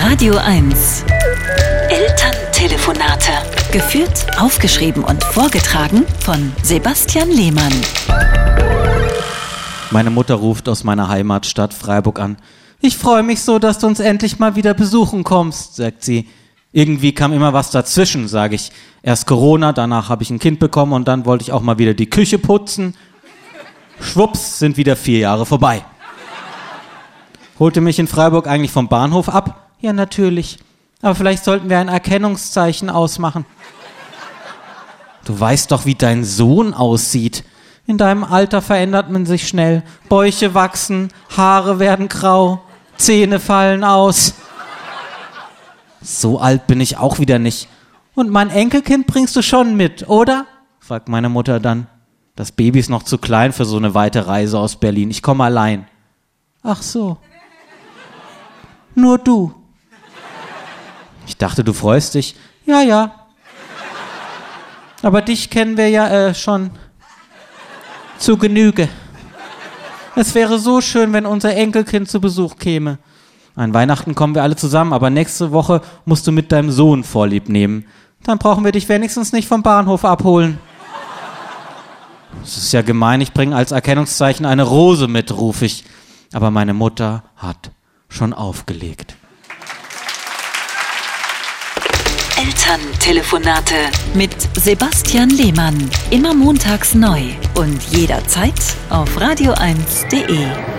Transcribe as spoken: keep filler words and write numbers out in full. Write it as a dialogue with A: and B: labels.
A: Radio eins. Elterntelefonate. Geführt, aufgeschrieben und vorgetragen von Sebastian Lehmann.
B: Meine Mutter ruft aus meiner Heimatstadt Freiburg an. Ich freue mich so, dass du uns endlich mal wieder besuchen kommst, sagt sie. Irgendwie kam immer was dazwischen, sage ich. Erst Corona, danach habe ich ein Kind bekommen und dann wollte ich auch mal wieder die Küche putzen. Schwupps, sind wieder vier Jahre vorbei. Holte mich in Freiburg eigentlich vom Bahnhof ab? Ja, natürlich. Aber vielleicht sollten wir ein Erkennungszeichen ausmachen. Du weißt doch, wie dein Sohn aussieht. In deinem Alter verändert man sich schnell. Bäuche wachsen, Haare werden grau, Zähne fallen aus. So alt bin ich auch wieder nicht. Und mein Enkelkind bringst du schon mit, oder? Fragt meine Mutter dann. Das Baby ist noch zu klein für so eine weite Reise aus Berlin. Ich komme allein. Ach so. Nur du. Ich dachte, du freust dich. Ja, ja. Aber dich kennen wir ja äh, schon zu Genüge. Es wäre so schön, wenn unser Enkelkind zu Besuch käme. An Weihnachten kommen wir alle zusammen, aber nächste Woche musst du mit deinem Sohn Vorlieb nehmen. Dann brauchen wir dich wenigstens nicht vom Bahnhof abholen. Es ist ja gemein, ich bringe als Erkennungszeichen eine Rose mit, rufe ich. Aber meine Mutter hat schon aufgelegt.
A: Elterntelefonate mit Sebastian Lehmann. Immer montags neu und jederzeit auf radio eins punkt de.